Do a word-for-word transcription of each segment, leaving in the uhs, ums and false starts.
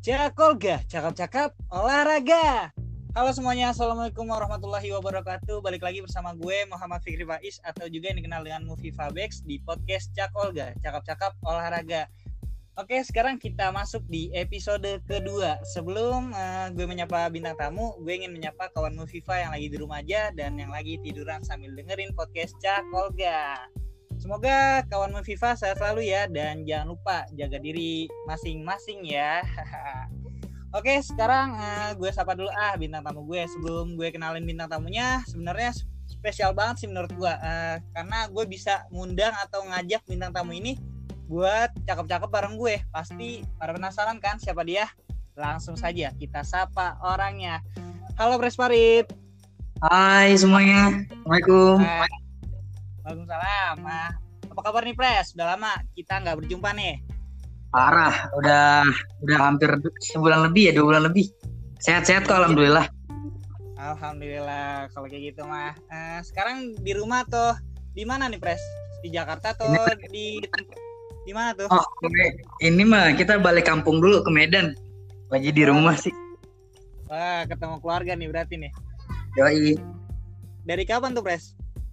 Cakolga, cakap-cakap olahraga. Halo semuanya, assalamualaikum warahmatullahi wabarakatuh. Balik lagi bersama gue Muhammad Fikri Faiz atau juga yang dikenal dengan Movie Fabex di podcast Cakolga, cakap-cakap olahraga. Oke, sekarang kita masuk di episode kedua. Sebelum uh, gue menyapa bintang tamu, gue ingin menyapa kawan Mufifa yang lagi di rumah aja dan yang lagi tiduran sambil dengerin podcast Cakolga. Semoga kawan Mufifa sehat selalu ya, dan jangan lupa jaga diri masing-masing ya. Oke, sekarang uh, gue sapa dulu ah bintang tamu gue. Sebelum gue kenalin bintang tamunya, sebenarnya spesial banget sih menurut gue, uh, karena gue bisa ngundang atau ngajak bintang tamu ini buat cakep-cakep bareng gue. Pasti pada penasaran kan siapa dia? Langsung saja kita sapa orangnya. Halo Presparit. Hai semuanya, Assalamualaikum. Hai. Waalaikumsalam. Nah, apa kabar nih Pres? Udah lama kita nggak berjumpa nih. Parah, udah udah hampir sebulan lebih ya, dua bulan lebih. Sehat-sehat kok, alhamdulillah. Alhamdulillah kalau kayak gitu mah. Uh, sekarang di rumah tuh di mana nih Pres? Di Jakarta atau Ini... di di mana tuh? Oh, ini mah kita balik kampung dulu ke Medan. Lagi di rumah sih. Wah, ketemu keluarga nih berarti nih. Yoi. Dari kapan tuh Pres?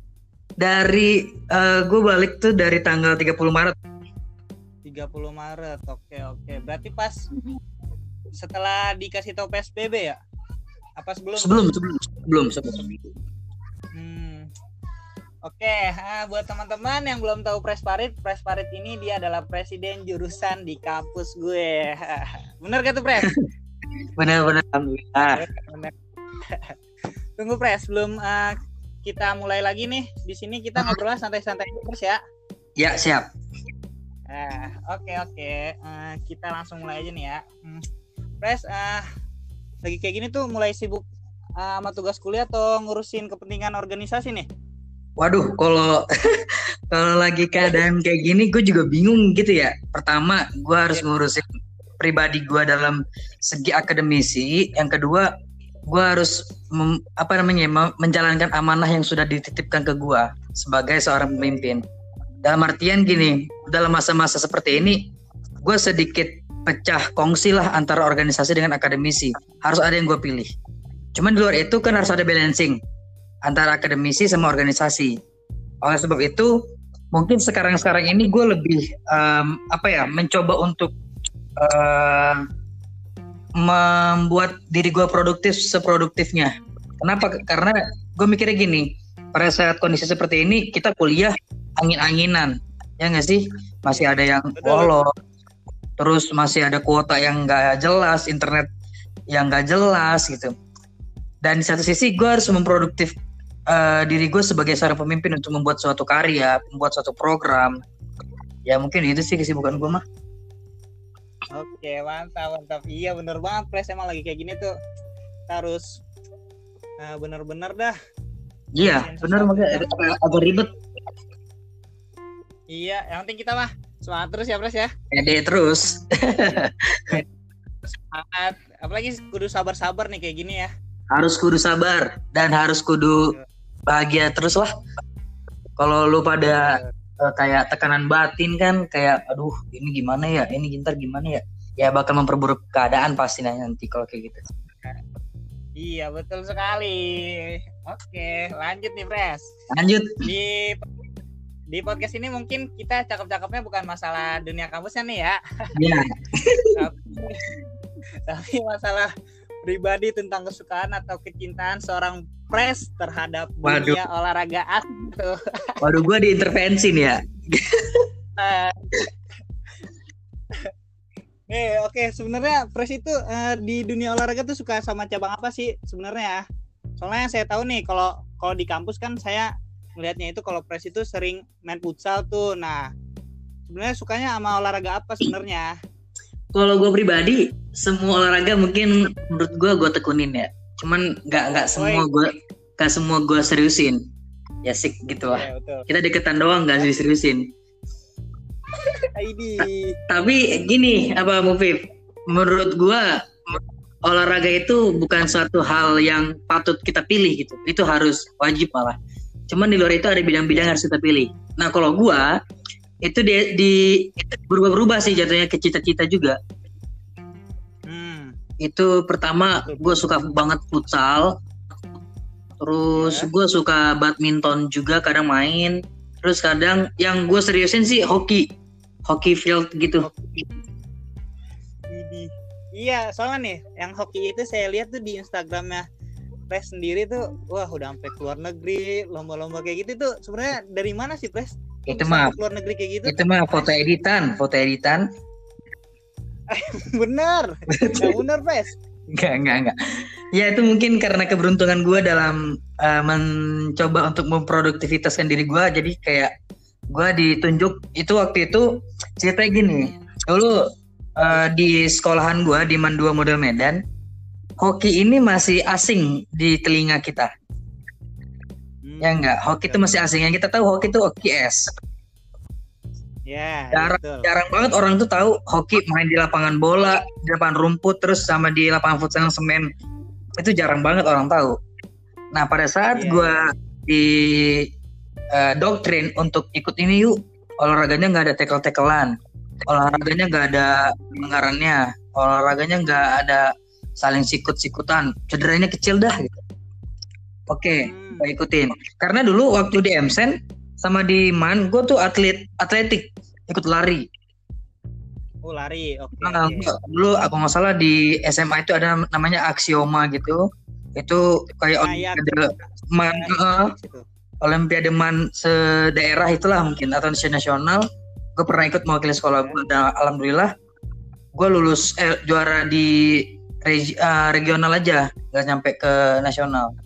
Dari uh, gue balik tuh dari tanggal tiga puluh Maret. tiga puluh Maret. Oke, oke. Berarti pas setelah dikasih tahu P S B B ya? Apa sebelum? Sebelum, sebelum, sebelum, sebelum. Hmm. Oke, nah, buat teman-teman yang belum tahu Presparit, Presparit ini dia adalah presiden jurusan di kampus gue. Bener gak tuh Pres? Benar-benar, alhamdulillah. Tunggu Pres, sebelum uh, kita mulai lagi nih, di sini kita ngobrol santai-santai terus ya. Ya, siap. Nah, oke oke. Uh, kita langsung mulai aja nih ya. Hmm. Pres, uh, lagi kayak gini tuh mulai sibuk uh, sama tugas kuliah atau ngurusin kepentingan organisasi nih? Waduh, kalau kalau lagi keadaan kayak gini, gue juga bingung gitu ya. Pertama, gue harus ngurusin pribadi gue dalam segi akademisi. Yang kedua, gue harus mem, apa namanya menjalankan amanah yang sudah dititipkan ke gue sebagai seorang pemimpin. Dalam artian gini, dalam masa-masa seperti ini, gue sedikit pecah kongsi lah antara organisasi dengan akademisi. Harus ada yang gue pilih. Cuman di luar itu kan harus ada balancing antara akademisi sama organisasi. Oleh sebab itu, mungkin sekarang-sekarang ini gue lebih um, apa ya, mencoba untuk uh, membuat diri gue produktif seproduktifnya. Kenapa? Karena gue mikirnya gini, pada saat kondisi seperti ini kita kuliah angin-anginan, ya nggak sih? Masih ada yang bolos, terus masih ada kuota yang nggak jelas, internet yang nggak jelas gitu. Dan di satu sisi gue harus memproduktif uh, diri gue sebagai seorang pemimpin untuk membuat suatu karya, membuat suatu program. Ya mungkin itu sih kesibukan gue mah. Oke, mantap, mantap. Iya bener banget Pres, emang lagi kayak gini tuh harus nah, bener-bener dah. Iya, bener makanya agak ribet. Iya, yang penting kita mah semangat terus ya Pres ya. Pede terus. Semangat, apalagi kudu sabar-sabar nih kayak gini ya. Harus kudu sabar dan harus kudu bahagia terus lah. Kalau lu pada Uh, kayak tekanan batin kan, kayak aduh ini gimana ya, ini ntar gimana ya, ya bakal memperburuk keadaan pasti nanti kalau kayak gitu. Iya betul sekali. Oke lanjut nih Pres. Lanjut. Di di podcast ini mungkin kita cakep-cakepnya bukan masalah dunia kampusnya nih ya. Iya. tapi, tapi masalah pribadi tentang kesukaan atau kecintaan seorang Pres terhadap Waduh. dunia olahragaan tuh. Waduh, gue diintervensi nih ya. Eh oke okay. Sebenarnya Pres itu uh, di dunia olahraga tuh suka sama cabang apa sih sebenarnya? Soalnya yang saya tahu nih, kalau kalau di kampus kan saya melihatnya itu kalau Pres itu sering main futsal tuh. Nah sebenarnya sukanya sama olahraga apa sebenarnya? Kalau gue pribadi, semua olahraga mungkin menurut gue gue tekunin ya. Cuman nggak nggak semua gue nggak semua gue seriusin. Ya sih gitu lah. Ya, kita deketan doang nggak seriusin. Ta- tapi gini apa Mufif? Menurut gue olahraga itu bukan suatu hal yang patut kita pilih gitu. Itu harus wajib malah. Cuman di luar itu ada bidang-bidang yang harus kita pilih. Nah kalau gue itu di, di berubah-berubah sih jatuhnya ke cita-cita juga. Hmm. Itu pertama gue suka banget futsal. Terus Ya. gue suka badminton juga kadang main. Terus kadang yang gue seriusin sih hoki. Hoki field gitu. Widih. Iya, soalnya nih yang hoki itu saya lihat tuh di Instagramnya Pres sendiri tuh, wah udah sampai keluar negeri, lomba-lomba kayak gitu tuh. Sebenarnya dari mana sih Pres? Kok Itu bisa mah sampai keluar negeri kayak gitu? Itu mah foto editan, foto editan. Bener, yang bener Pres. Enggak, enggak, enggak. Ya itu mungkin karena keberuntungan gue dalam uh, mencoba untuk memproduktivitaskan diri gue. Jadi kayak gue ditunjuk itu waktu itu ceritanya gini. Dulu uh, di sekolahan gue di Man dua Model Medan, hoki ini masih asing di telinga kita. Hmm, Ya enggak, hoki itu masih asing. Yang kita tahu hoki itu hoki es. Ya, Jarang, betul. jarang banget orang tuh tahu hoki main di lapangan bola, di lapangan rumput, terus sama di lapangan futsal semen. Itu jarang banget orang tahu. Nah pada saat Iya, gue di uh, doktrin untuk ikut ini yuk, olahraganya nggak ada tackle-tacklean, olahraganya nggak ada pelanggarannya, olahraganya nggak ada saling sikut-sikutan, cederanya kecil dah gitu. Oke, Hmm. gue ikutin. Karena dulu waktu di Emsen sama di Man, gue tuh atlet atletik, ikut lari. Oh lari, oke. Nah, oke. gua- dulu aku nggak salah di S M A itu ada namanya aksioma gitu. Itu kayak Nah, ya, olimpiade man, uh, Situ. olimpiade man se-daerah itulah mungkin atau nasional. Gue pernah ikut mewakili sekolah gue dan alhamdulillah gue lulus eh, juara di regi, uh, regional aja, nggak nyampe ke nasional.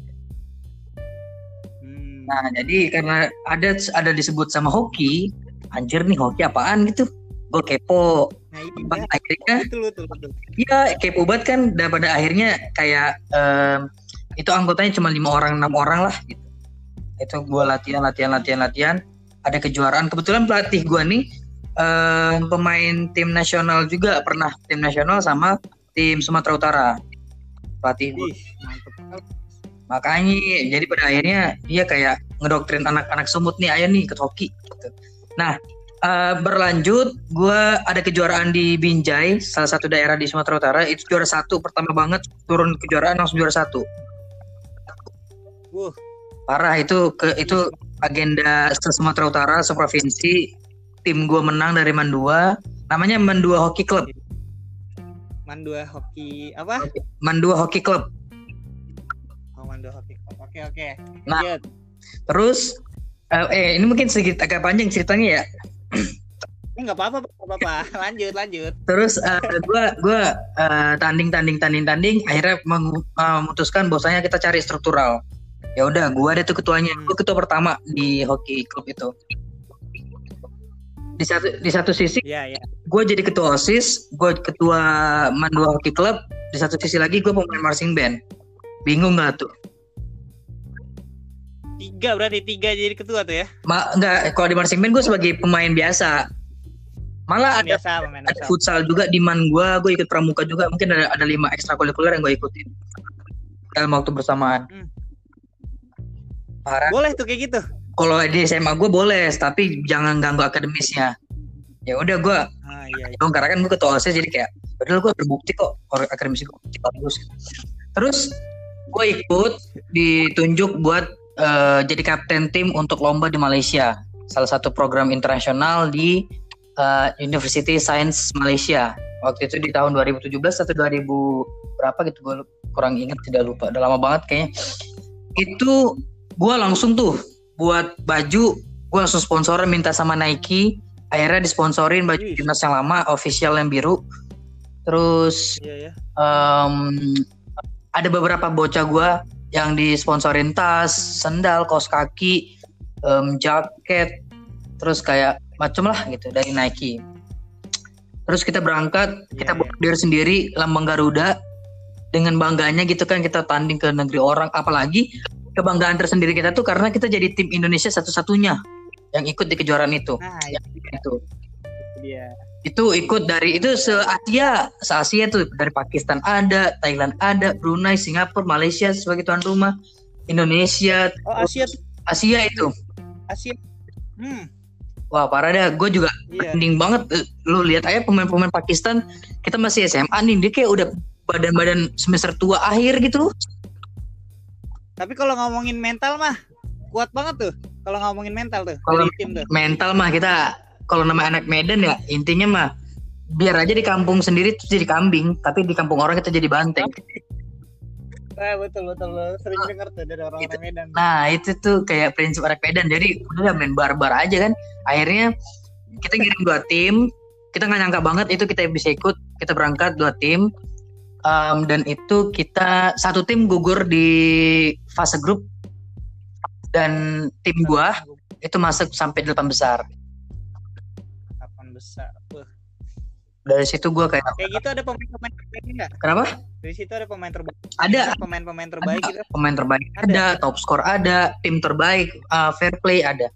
Hmm. Nah jadi karena ada ada disebut sama hoki, anjir nih hoki apaan gitu, gue kepo. Nah, itu Pada ya. akhirnya Betul, betul, betul. iya kepo banget kan, dan pada akhirnya kayak em, itu anggotanya cuma lima orang enam orang lah gitu. Itu gue latihan latihan latihan latihan, ada kejuaraan. Kebetulan pelatih gue nih em, pemain tim nasional juga, pernah tim nasional sama tim Sumatera Utara pelatih gue. Ih, mantep. Makanya jadi pada akhirnya dia kayak ngedoktrin anak-anak sumut nih, ayo nih ikut hoki gitu. Nah uh, berlanjut gue ada kejuaraan di Binjai, salah satu daerah di Sumatera Utara. Itu juara satu, pertama banget turun kejuaraan langsung juara satu. Wuh. Parah itu, ke itu agenda se-Sumatera Utara, seprovinsi. Tim gue menang dari Man dua, namanya Man dua Hockey Club. Man dua hoki apa? Man dua Hockey Club. Oh, Man dua hoki. Oke, oke. Nah, Lanjut. terus uh, eh ini mungkin sedikit agak panjang ceritanya ya. Ini nggak apa-apa, nggak apa-apa. Lanjut, lanjut. Terus uh, gue gue uh, tanding tanding tanding tanding akhirnya meng- memutuskan bahwasanya kita cari struktural. Ya udah, gue ada tuh ketuanya, gue ketua pertama di hoki klub itu. Di satu di satu sisi Iya, iya. gue jadi ketua OSIS, gue ketua Man dua Hockey Club. Di satu sisi lagi gue pemain marching band. Bingung nggak tuh? Tiga berarti tiga jadi ketua tuh ya? Ma, enggak, kalau di marching band gue sebagai pemain biasa. Malah ada, Biasa, pemain ada biasa. futsal juga di Man gue, gue ikut pramuka juga. Mungkin ada ada lima ekstrakurikuler yang gue ikutin dalam waktu bersamaan. Hmm. Parah. Boleh tuh kayak gitu. Kalau di S M A gue boleh, tapi jangan ganggu akademisnya. Ya udah gue Ah, iya, iya. dong, karena kan gue ketua OSIS jadi kayak padahal gue terbukti kok akademis gue bagus. Terus gue ikut ditunjuk buat uh, jadi kapten tim untuk lomba di Malaysia, salah satu program internasional di uh, University Science Malaysia. Waktu itu di tahun dua ribu tujuh belas atau dua ribu berapa gitu, gue kurang ingat, tidak lupa, udah lama banget kayaknya. Itu gue langsung tuh buat baju, gue langsung sponsoran, minta sama Nike. Akhirnya disponsorin baju Wih. timnas yang lama, official yang biru. Terus Iya, ya. um, ada beberapa bocah gue yang disponsorin tas, sendal, kaos kaki, um, jaket, terus kayak macem lah gitu dari Nike. Terus kita berangkat, Iya, kita iya. bordir sendiri lambang Garuda. Dengan bangganya gitu kan kita tanding ke negeri orang. Apalagi kebanggaan tersendiri kita tuh karena kita jadi tim Indonesia satu-satunya yang ikut di kejuaraan itu. Nah, Ya, itu itu. dia. Itu ikut dari itu se-Asia, se-Asia tuh dari Pakistan ada, Thailand ada, Brunei, Singapura, Malaysia sebagai tuan rumah, Indonesia, Oh, Asia, Asia itu. Asia. Hmm, Wah parah dah, gue juga iya. mending banget. Lu lihat aja pemain-pemain Pakistan, kita masih S M A nih, dia kayak udah badan-badan semester tua akhir gitu. Tapi kalau ngomongin mental mah kuat banget tuh. Kalau ngomongin mental tuh Kalau dari tim tuh. mental mah kita kalau nama anak Medan ya intinya mah biar aja di kampung sendiri tuh jadi kambing, tapi di kampung orang kita jadi banteng. Nah, betul betul sering dengar tuh dari orang-orang Medan. Nah itu tuh kayak prinsip anak Medan. Jadi udah main barbar aja kan. Akhirnya kita ngirim dua tim. Kita nggak nyangka banget itu kita bisa ikut. Kita berangkat dua tim. Um, dan itu kita satu tim gugur di fase grup. Dan tim gua itu masuk sampai delapan besar. Delapan besar. Uh. Dari situ gue kayak kayak gitu ada pemain-pemain terbaik nggak? Kenapa? Dari situ ada pemain terbaik. Ada pemain-pemain terbaik ada. gitu. Pemain terbaik ada. ada, top score ada, tim terbaik, uh, fair play ada.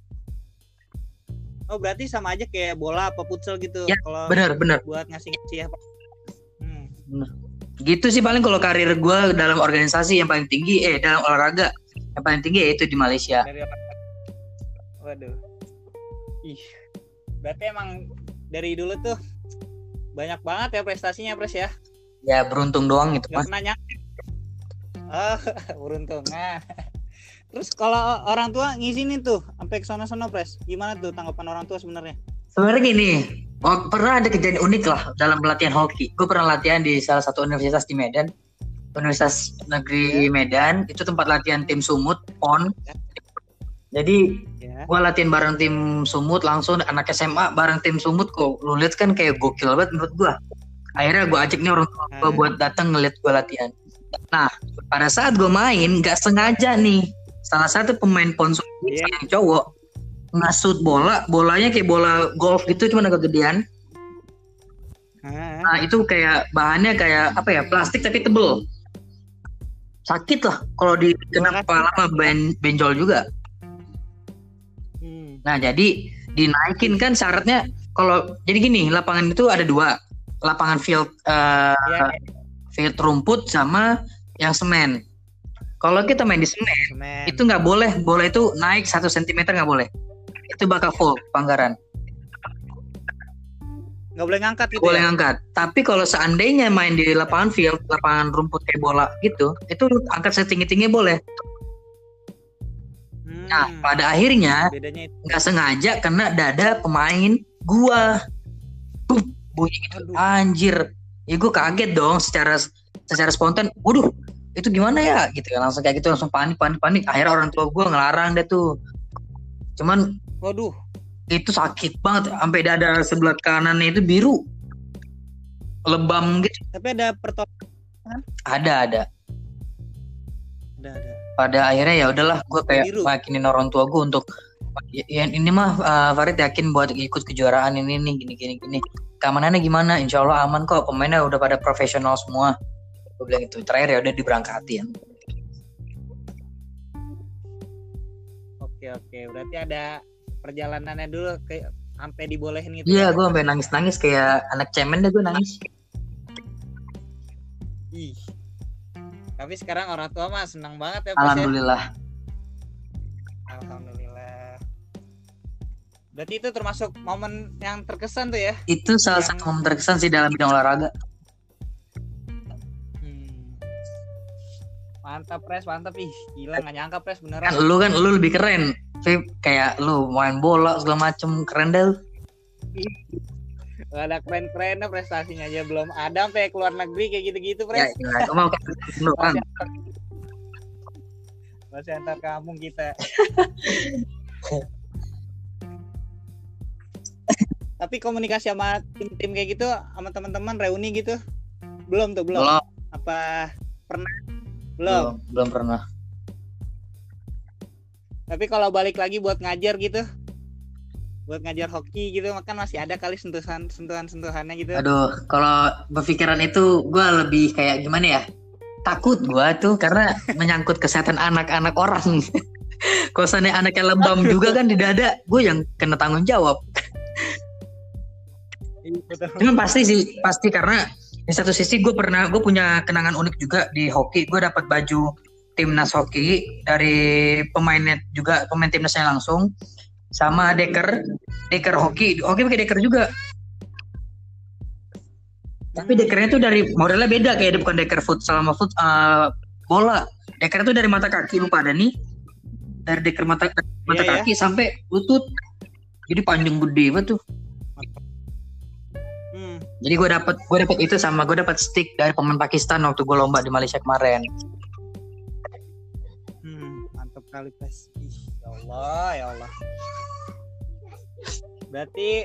Oh berarti sama aja kayak bola apa futsal gitu. Ya, kalau benar benar. Buat ngasih-ngasih apa? Hmm. Bener. Gitu sih paling kalau karir gue dalam organisasi yang paling tinggi, eh dalam olahraga yang paling tinggi yaitu di Malaysia. Dari Waduh. Ih. Berarti emang dari dulu tuh banyak banget ya prestasinya Pres ya. Ya beruntung doang gitu Gak pernah nyangka. Oh beruntung. Nah. Terus kalau orang tua ngizinin tuh sampai ke sono-sono Pres, gimana tuh tanggapan orang tua sebenarnya? Sebenarnya gini, oh, pernah ada kejadian unik lah dalam pelatihan hoki. Gue pernah latihan di salah satu universitas di Medan, Universitas Negeri yeah. Medan. Itu tempat latihan tim Sumut, P O N. Jadi yeah. gue latihan bareng tim Sumut langsung anak S M A bareng tim Sumut kok. Lu lihat kan kayak gokil banget menurut gue. Akhirnya gue ajak nih orang tua gue hmm. buat datang ngeliat gue latihan. Nah pada saat gue main nggak sengaja nih salah satu pemain ponsel yeah. yang cowok ngasut bola, bolanya kayak bola golf gitu cuma agak gedean. Hmm. Nah itu kayak bahannya kayak apa ya plastik tapi tebel. Sakit lah kalau di kena kepala sama ben, benjol juga. Nah jadi dinaikin kan syaratnya kalau jadi gini lapangan itu ada dua lapangan field uh, yeah. field rumput sama yang semen. Kalau kita main di semen, semen. itu nggak boleh bola itu naik satu sentimeter nggak boleh. Itu bakal full pelanggaran. Nggak boleh ngangkat gitu. Boleh ya? ngangkat. Tapi kalau seandainya main di lapangan field lapangan rumput kayak bola gitu, itu angkat setinggi tinggi boleh. Nah, pada akhirnya nggak sengaja kena dada pemain gua. Buh, bunyi gitu. Anjir. Ya gua kaget dong secara secara spontan. Waduh, itu gimana ya? Gitu kan langsung kayak gitu langsung panik panik panik. Akhirnya orang tua gua ngelarang deh tuh. Cuman waduh, itu sakit banget sampai dada sebelah kanannya itu biru. Lebam gitu. Tapi ada pertolongan? Ada, ada. Ada, ada. Pada akhirnya ya udahlah gue kayak makinin orang tua gue untuk ya, ini mah uh, Farid yakin buat ikut kejuaraan ini nih gini gini gini keamanannya gimana, insya Allah aman kok, pemainnya udah pada profesional semua, gue bilang gitu. Terakhir ya udah diberangkatin. Oke oke berarti ada perjalanannya dulu ke sampai dibolehin gitu. Iya ya? Gue sampai nangis nangis kayak anak cemen deh gue nangis. Ih. Tapi sekarang orang tua mah senang banget ya. Alhamdulillah. Ya? Alhamdulillah. Berarti itu termasuk momen yang terkesan tuh ya? Itu salah yang... satu momen terkesan sih dalam bidang olahraga. Hmm. Mantap Pres, mantap ih. Gila nggak nyangka Pres beneran. Kan, lu kan lu lebih keren. Kayak lu main bola segala macem keren deh. Gak ada keren-kerennya prestasinya aja belum ada sampai keluar negeri kayak gitu-gitu Pres. Ya, ya mau kan. Masih antar kampung kita. Tapi komunikasi sama tim-tim kayak gitu sama teman-teman reuni gitu belum tuh belum? Belum. Apa pernah? Belum. Belum, belum pernah. Tapi kalau balik lagi buat ngajar gitu, buat ngajar hoki gitu kan masih ada kali sentuhan sentuhan sentuhannya gitu. Aduh, kalau berpikiran itu gue lebih kayak gimana ya, takut gue tuh karena menyangkut kesehatan anak-anak orang. Kosannya anaknya lebam juga kan di dada, gue yang kena tanggung jawab. Cuman pasti sih, pasti karena di satu sisi gue pernah gue punya kenangan unik juga di hoki. Gue dapat baju timnas hoki dari pemainnya juga, pemain timnasnya langsung. Sama deker, deker hoki, hoki pakai deker juga. Tapi dekernya tuh dari modelnya beda, kayak bukan deker futsal sama fut uh, bola. Dekernya tuh dari mata kaki, lu pada nih. Dari deker mata mata Iya, kaki sampai lutut. Jadi panjang gede banget tuh. Hmm. Jadi gue dapet gue dapet itu sama gue dapet stick dari pemain Pakistan waktu gue lomba di Malaysia kemarin. Hmm, mantap kali Pes. Ih, ya Allah, ya Allah. Berarti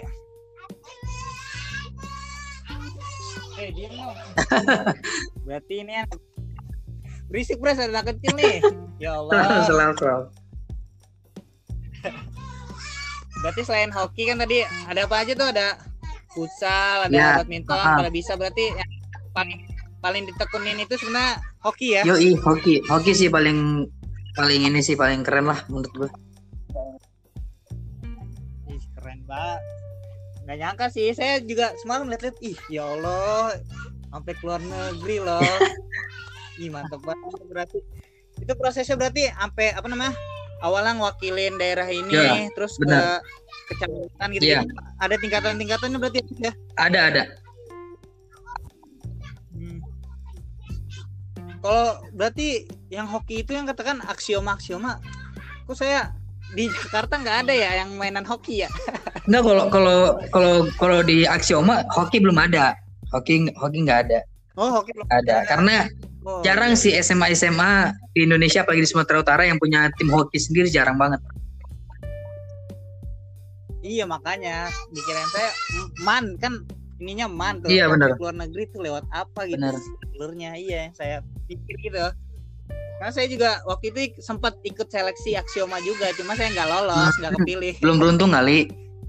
Eh, diam dong. Berarti ini kan berisik Pres, ada anak kecil nih. Ya Allah. Selalu. Berarti selain hoki kan tadi ada apa aja tuh? Ada futsal, ada Ya, badminton, uh-huh. pada bisa berarti yang paling paling ditekunin itu sebenarnya hoki ya. Yoi, hoki. Hoki sih paling paling ini sih paling keren lah menurut gue. Ih, keren banget. Nggak nyangka sih, saya juga semalam lihat-lihat, ih ya Allah, sampai keluar negeri loh. Ih mantap banget berarti. Itu prosesnya berarti sampai apa namanya? Awalnya ngwakilin daerah ini, Ya, terus benar. ke kecamatan gitu. Iya. Ada tingkatan-tingkatannya berarti ya? Ada ada. Hmm. Kalau berarti yang hoki itu yang katakan aksioma-aksioma, kok saya di Jakarta nggak ada ya yang mainan hoki ya? Enggak, kalau kalau kalau kalau di Axioma hoki belum ada. Hoki hoki nggak ada. Oh hoki belum Ada. Karena Oh, jarang sih S M A S M A di Indonesia apalagi di Sumatera Utara yang punya tim hoki sendiri, jarang banget. Iya makanya dikirain saya man kan ininya man tuh. Iya, benar. Luar negeri tuh lewat apa gitu? Benar. Jalurnya iya saya pikir gitu. Karena saya juga waktu itu sempat ikut seleksi aksioma juga, cuma saya nggak lolos, nggak kepilih. Belum beruntung kali.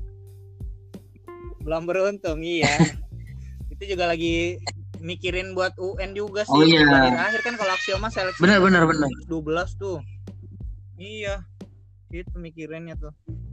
Belum beruntung iya. Itu juga lagi mikirin buat U N juga sih. Oh, iya. Di akhir kan kalau aksioma seleksi Benar benar benar. dua belas tuh. Iya. Itu mikirinnya tuh.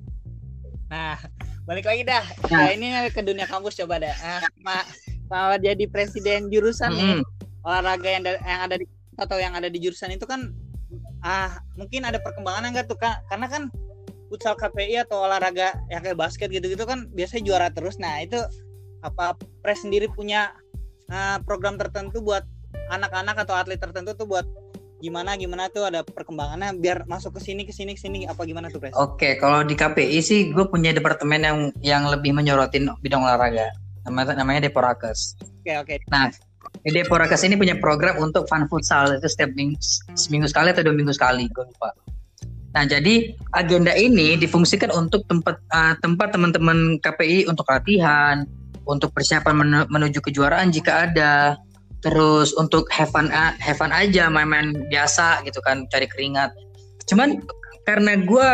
Nah, balik lagi dah. Nah. Ya, ini ke dunia kampus coba dah. Nah, Ma, Ma jadi presiden jurusan nih. Mm-hmm. Olahraga yang, da- yang ada di atau yang ada di jurusan itu kan ah mungkin ada perkembangan enggak tuh Kak? Karena kan futsal K P I atau olahraga yang kayak basket gitu-gitu kan biasanya juara terus. Nah, itu apa Pres sendiri punya uh, program tertentu buat anak-anak atau atlet tertentu tuh buat gimana gimana tuh ada perkembangannya biar masuk ke sini ke sini ke sini apa gimana tuh Pres? Oke, kalau di K P I sih gue punya departemen yang yang lebih menyorotin bidang olahraga. Namanya namanya Deporakes. Oke oke. Nah, Deporakes ini punya program untuk fun futsal itu setiap minggu, seminggu sekali atau dua minggu sekali, gue lupa. Nah, jadi agenda ini difungsikan untuk tempat uh, tempat teman-teman K P I untuk latihan, untuk persiapan men- menuju kejuaraan jika ada, terus untuk have fun, uh, have fun aja, main-main biasa gitu kan, cari keringat. Cuman karena gue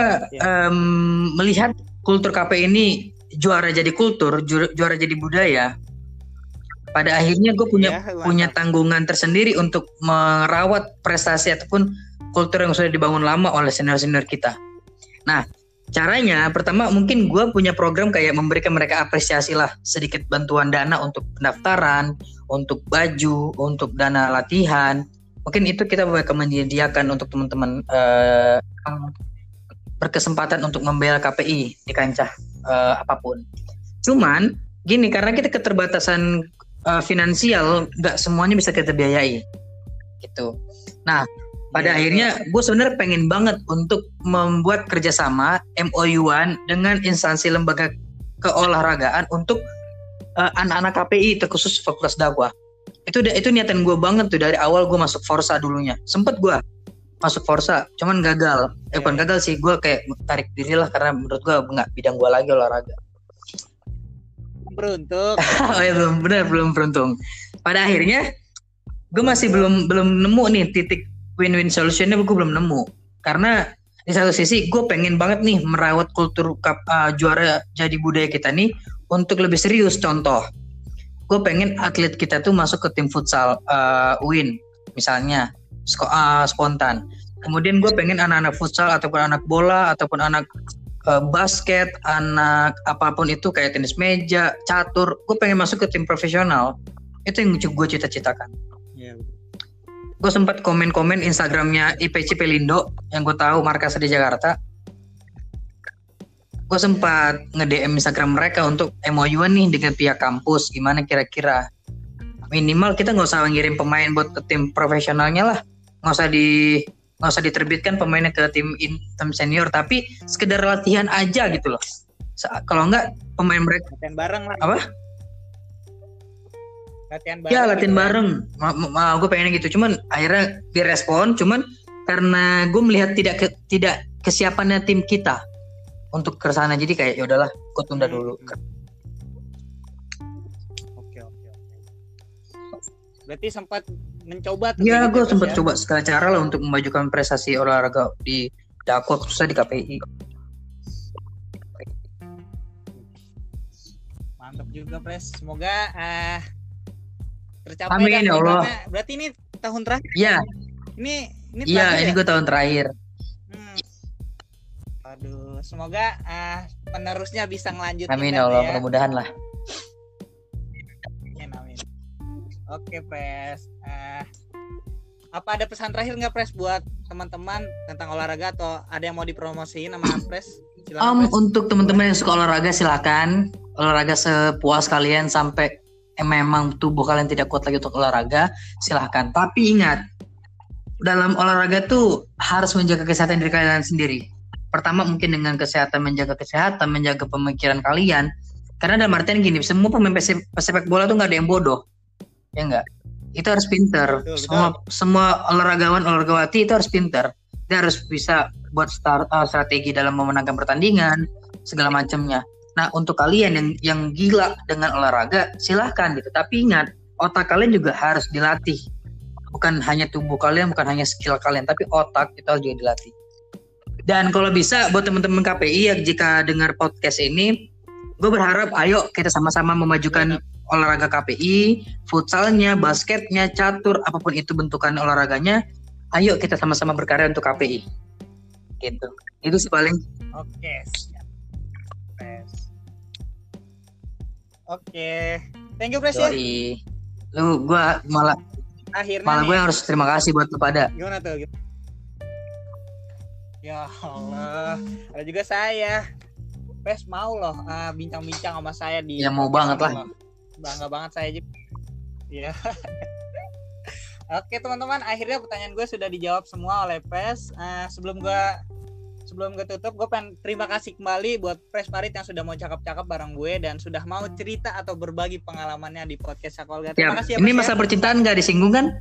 um, melihat kultur K P I ini juara jadi kultur, ju- juara jadi budaya. Pada akhirnya gue punya Ya, punya tanggungan tersendiri untuk merawat prestasi ataupun kultur yang sudah dibangun lama oleh senior-senior kita. Nah, caranya pertama mungkin gue punya program kayak memberikan mereka apresiasi lah, sedikit bantuan dana untuk pendaftaran, untuk baju, untuk dana latihan. Mungkin itu kita bakal menyediakan untuk teman-teman uh, berkesempatan untuk membela K P I di kancah uh, apapun. Cuman gini, karena kita keterbatasan uh, finansial, nggak semuanya bisa kita biayai gitu. Nah, pada ya, akhirnya gue sebenarnya pengen banget untuk membuat kerjasama M O U-an dengan instansi lembaga keolahragaan untuk uh, anak-anak K P I terkhusus Fakultas Dakwah. Itu itu niatan gue banget tuh dari awal gue masuk Forsa dulunya. Sempet gue masuk Forsa, cuman gagal. Eh bukan gagal sih, gue kayak tarik diri lah karena menurut gue nggak bidang gue lagi olahraga. Beruntung. Oh ya belum benar belum beruntung. Pada akhirnya gue masih belum belum nemu nih titik win-win solutionnya, gue belum nemu. Karena di satu sisi gue pengen banget nih merawat kultur uh, juara jadi budaya kita nih untuk lebih serius. Contoh, gue pengen atlet kita tuh masuk ke tim futsal uh, U I N misalnya uh, spontan. Kemudian gue pengen anak-anak futsal ataupun anak bola ataupun anak uh, basket, anak apapun itu kayak tenis meja, catur, gue pengen masuk ke tim profesional. Itu yang gue cita-citakan. Yeah. Gue sempat komen-komen Instagramnya I P C Pelindo yang gue tahu markasnya di Jakarta. Gue sempat nge-D M Instagram mereka untuk M O U-an nih dengan pihak kampus, gimana kira-kira. minimal kita nggak usah ngirim pemain buat ke tim profesionalnya lah, nggak usah di nggak usah diterbitkan pemainnya ke tim in, tim senior, tapi sekedar latihan aja gitu loh. Kalau enggak pemain mereka latihan bareng lah. Apa? Latihan bareng. Ya latihan gitu bareng. Ma- ma- gue pengen gitu, cuman akhirnya direspon, cuman karena gue melihat tidak ke, tidak kesiapannya tim kita untuk ke sana, jadi kayak ya udahlah, gue tunda dulu. Oke oke oke. Berarti sempat mencoba tuh. Ya, gitu, gue Mas, sempat ya? coba segala cara lah untuk memajukan prestasi olahraga di Jakwa, khususnya di K P I. Mantap juga, Pres. Semoga uh, tercapai. Amin, dah ya Allah. programnya. Berarti ini tahun terakhir. Iya, Ini ini iya, terakhir ini ya? gue tahun terakhir. Hmm. Aduh, semoga uh, penerusnya bisa ngelanjutin. Amin, kan, ya Allah, ya. mudah-mudahan lah. Amin, amin. Oke, Pres. Uh, apa ada pesan terakhir nggak, Pres, buat teman-teman tentang olahraga, atau ada yang mau dipromosiin sama Pres? Silakan, Um, Pres. untuk teman-teman yang suka olahraga, silakan olahraga sepuas kalian sampai eh, memang tubuh kalian tidak kuat lagi untuk olahraga, silahkan. Tapi ingat, dalam olahraga tuh harus menjaga kesehatan diri kalian sendiri. Pertama mungkin dengan kesehatan, menjaga kesehatan, menjaga pemikiran kalian. Karena dalam artian gini, semua pemain pesepak bola tuh nggak ada yang bodoh, ya nggak? Itu harus pinter. Betul, betul. Semua semua olahragawan olahragawati itu harus pinter. Dia harus bisa buat start, uh, strategi dalam memenangkan pertandingan, segala macamnya. Nah, untuk kalian yang yang gila dengan olahraga, silahkan gitu. Tapi ingat, otak kalian juga harus dilatih. Bukan hanya tubuh kalian, bukan hanya skill kalian, tapi otak itu harus juga dilatih. Dan kalau bisa buat teman-teman K P I yang jika dengar podcast ini, gue berharap ayo kita sama-sama memajukan olahraga K P I, futsalnya, basketnya, catur, apapun itu bentukan olahraganya, ayo kita sama-sama berkarya untuk K P I. Gitu. Itu sih paling. Oke, siap. Pres. Oke. Thank you, Pres, ya. Yoi. Lu gua malah Akhirnya malah nih. gue yang harus terima kasih buat lu pada. Gimana tuh? Ya Allah, ada juga saya. Pes mau loh uh, bincang-bincang sama saya di. Ya, mau banget lah. loh. Bangga banget saya, Jip. Iya. Oke teman-teman, akhirnya pertanyaan gue sudah dijawab semua oleh Pes. Uh, sebelum gue sebelum gue tutup, gue pengen terima kasih kembali buat Pres Farid yang sudah mau cakap-cakap bareng gue dan sudah mau cerita atau berbagi pengalamannya di podcast Sakolga. Terima Ya, kasih ya, ini Pres, masa ya. percintaan nggak disinggung kan?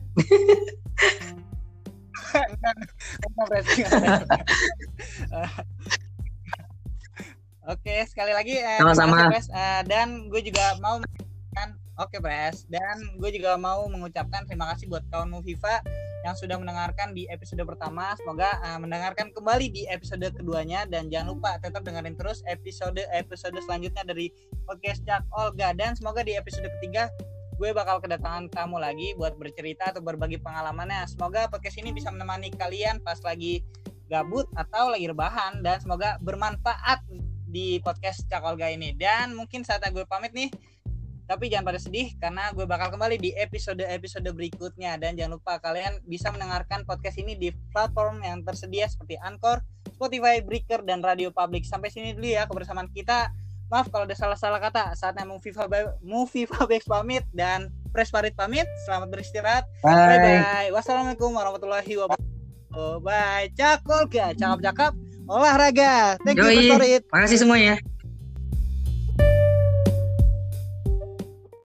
Oke, sekali lagi eh, Sama-sama. terima kasih, Pres. Eh, dan gue juga mau mengucapkan oke Pres, dan gue juga mau mengucapkan terima kasih buat kawan Mufifa yang sudah mendengarkan di episode pertama. Semoga eh, mendengarkan kembali di episode keduanya, dan jangan lupa tetap dengerin terus episode-episode selanjutnya dari podcast Cak Olga. Dan semoga di episode ketiga gue bakal kedatangan tamu lagi buat bercerita atau berbagi pengalamannya. Semoga podcast ini bisa menemani kalian pas lagi gabut atau lagi rebahan, dan semoga bermanfaat di podcast Cak Olga ini. Dan mungkin saatnya gue pamit nih, tapi jangan pada sedih karena gue bakal kembali di episode-episode berikutnya. Dan jangan lupa kalian bisa mendengarkan podcast ini di platform yang tersedia seperti Anchor, Spotify, Breaker, dan Radio Public. Sampai sini dulu ya kebersamaan kita. Maaf kalau ada salah-salah kata. Saatnya Mufifa Mufifa Bex pamit dan Pres Farid pamit. Selamat beristirahat. Bye bye. Wassalamualaikum warahmatullahi wabarakatuh. Bye. Cak Olga, cakap-cakap olahraga. Thank you, Pres Farid. Makasih semuanya.